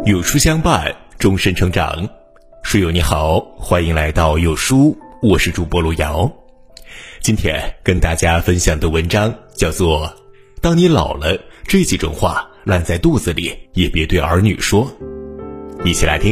有书相伴，终身成长。书友你好，欢迎来到有书，我是主播路遥。今天跟大家分享的文章叫做当你老了，这几种话烂在肚子里也别对儿女说。一起来听。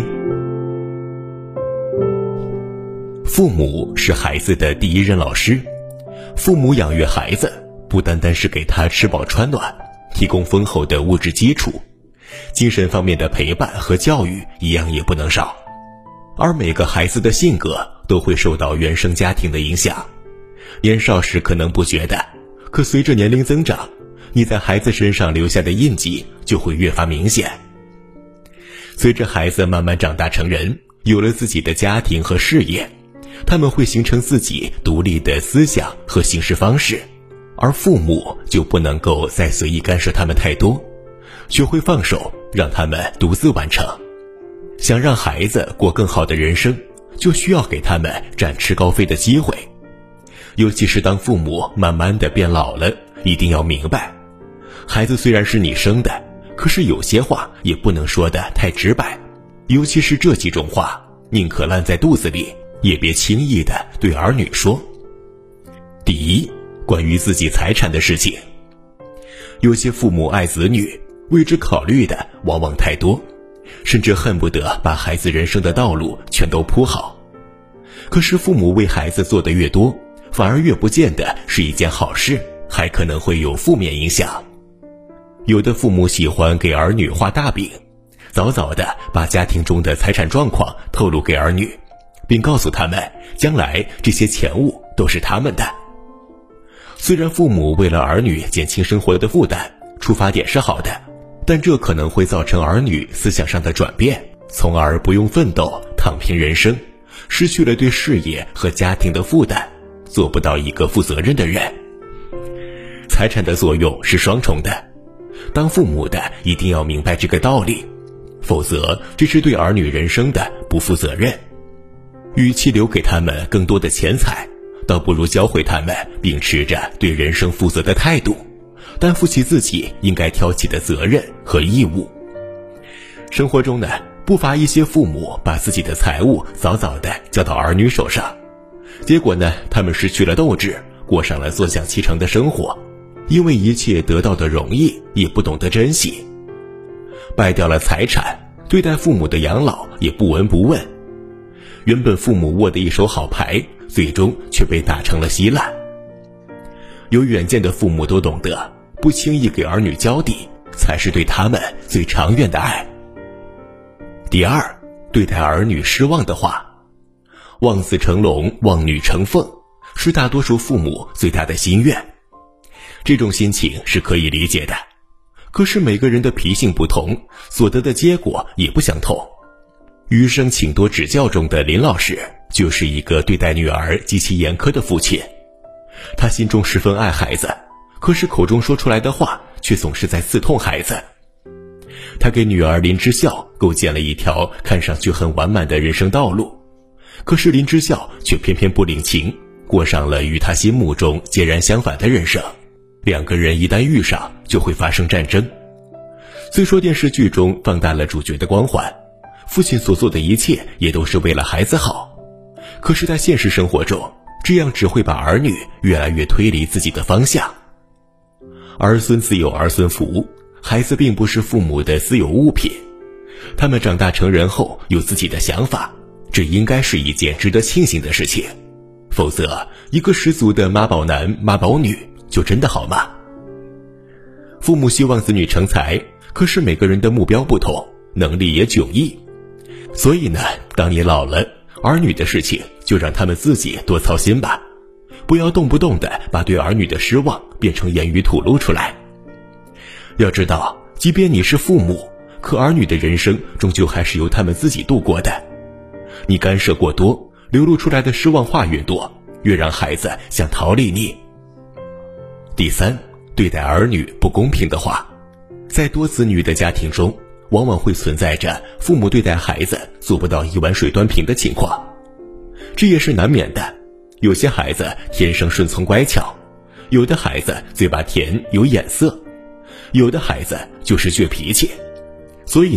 父母是孩子的第一任老师，父母养育孩子不单单是给他吃饱穿暖，提供丰厚的物质基础，精神方面的陪伴和教育一样也不能少。而每个孩子的性格都会受到原生家庭的影响，年少时可能不觉得，可随着年龄增长，你在孩子身上留下的印记就会越发明显。随着孩子慢慢长大成人，有了自己的家庭和事业，他们会形成自己独立的思想和行事方式，而父母就不能够再随意干涉他们太多，学会放手，让他们独自完成。想让孩子过更好的人生，就需要给他们展翅高飞的机会。尤其是当父母慢慢的变老了，一定要明白，孩子虽然是你生的，可是有些话也不能说得太直白，尤其是这几种话，宁可烂在肚子里，也别轻易的对儿女说。第一，关于自己财产的事情。有些父母爱子女，为之考虑的往往太多，甚至恨不得把孩子人生的道路全都铺好。可是父母为孩子做的越多，反而越不见得是一件好事，还可能会有负面影响。有的父母喜欢给儿女画大饼，早早的把家庭中的财产状况透露给儿女，并告诉他们将来这些钱物都是他们的。虽然父母为了儿女减轻生活的负担，出发点是好的，但这可能会造成儿女思想上的转变，从而不用奋斗，躺平人生，失去了对事业和家庭的负担，做不到一个负责任的人。财产的作用是双重的，当父母的一定要明白这个道理，否则这是对儿女人生的不负责任。与其留给他们更多的钱财，倒不如教会他们秉持着对人生负责的态度，担负起自己应该挑起的责任和义务。生活中呢，不乏一些父母把自己的财物早早地交到儿女手上，结果呢，他们失去了斗志，过上了坐享其成的生活，因为一切得到的容易，也不懂得珍惜，败掉了财产，对待父母的养老也不闻不问。原本父母握的一手好牌，最终却被打成了稀烂。有远见的父母都懂得，不轻易给儿女交底，才是对他们最长远的爱。第二，对待儿女失望的话。望子成龙，望女成凤，是大多数父母最大的心愿。这种心情是可以理解的，可是每个人的脾性不同，所得的结果也不相同。余生请多指教中的林老师就是一个对待女儿极其严苛的父亲。他心中十分爱孩子，可是口中说出来的话却总是在刺痛孩子。他给女儿林之孝构建了一条看上去很完满的人生道路，可是林之孝却偏偏不领情，过上了与他心目中截然相反的人生。两个人一旦遇上，就会发生战争。虽说电视剧中放大了主角的光环，父亲所做的一切也都是为了孩子好，可是在现实生活中，这样只会把儿女越来越推离自己的方向。儿孙自有儿孙福，孩子并不是父母的私有物品，他们长大成人后有自己的想法，这应该是一件值得庆幸的事情。否则，一个十足的妈宝男妈宝女就真的好吗？父母希望子女成才，可是每个人的目标不同，能力也迥异。所以呢，当你老了，儿女的事情就让他们自己多操心吧，不要动不动的把对儿女的失望变成言语吐露出来。要知道，即便你是父母，可儿女的人生终究还是由他们自己度过的。你干涉过多，流露出来的失望话越多，越让孩子想逃离你。第三，对待儿女不公平的话。在多子女的家庭中，往往会存在着父母对待孩子做不到一碗水端平的情况，这也是难免的。有些孩子天生顺从乖巧，有的孩子嘴巴甜有眼色，有的孩子就是倔脾气。所以呢，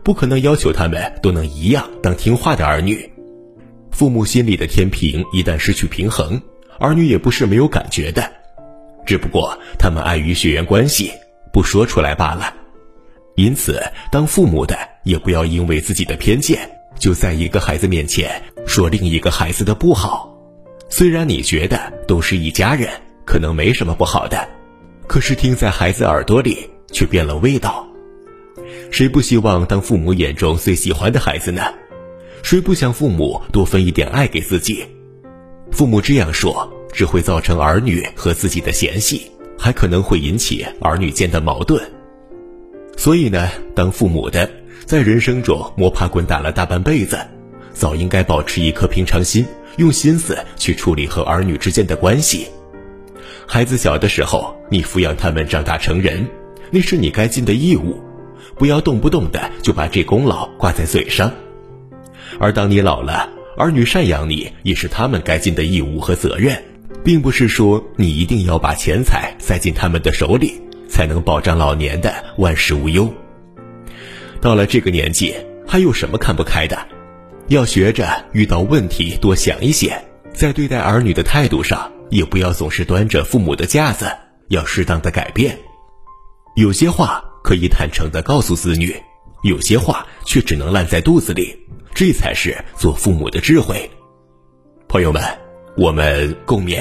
不可能要求他们都能一样当听话的儿女。父母心里的天平一旦失去平衡，儿女也不是没有感觉的，只不过他们碍于血缘关系不说出来罢了。因此当父母的也不要因为自己的偏见，就在一个孩子面前说另一个孩子的不好。虽然你觉得都是一家人，可能没什么不好的，可是听在孩子耳朵里却变了味道。谁不希望当父母眼中最喜欢的孩子呢？谁不想父母多分一点爱给自己？父母这样说只会造成儿女和自己的嫌隙，还可能会引起儿女间的矛盾。所以呢，当父母的在人生中摸爬滚打了大半辈子，早应该保持一颗平常心，用心思去处理和儿女之间的关系。孩子小的时候，你抚养他们长大成人，那是你该尽的义务，不要动不动的就把这功劳挂在嘴上。而当你老了，儿女赡养你也是他们该尽的义务和责任，并不是说你一定要把钱财塞进他们的手里，才能保障老年的万事无忧。到了这个年纪，还有什么看不开的？要学着遇到问题多想一些，在对待儿女的态度上，也不要总是端着父母的架子，要适当的改变。有些话可以坦诚地告诉子女，有些话却只能烂在肚子里，这才是做父母的智慧。朋友们，我们共勉。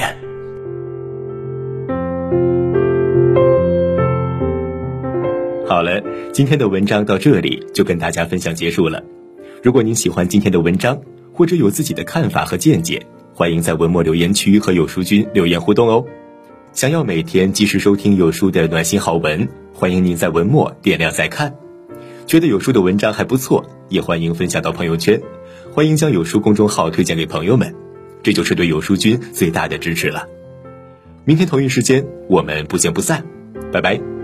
好了，今天的文章到这里就跟大家分享结束了。如果您喜欢今天的文章，或者有自己的看法和见解，欢迎在文末留言区和有书君留言互动哦。想要每天及时收听有书的暖心好文，欢迎您在文末点亮再看。觉得有书的文章还不错，也欢迎分享到朋友圈，欢迎将有书公众号推荐给朋友们，这就是对有书君最大的支持了。明天同一时间我们不见不散，拜拜。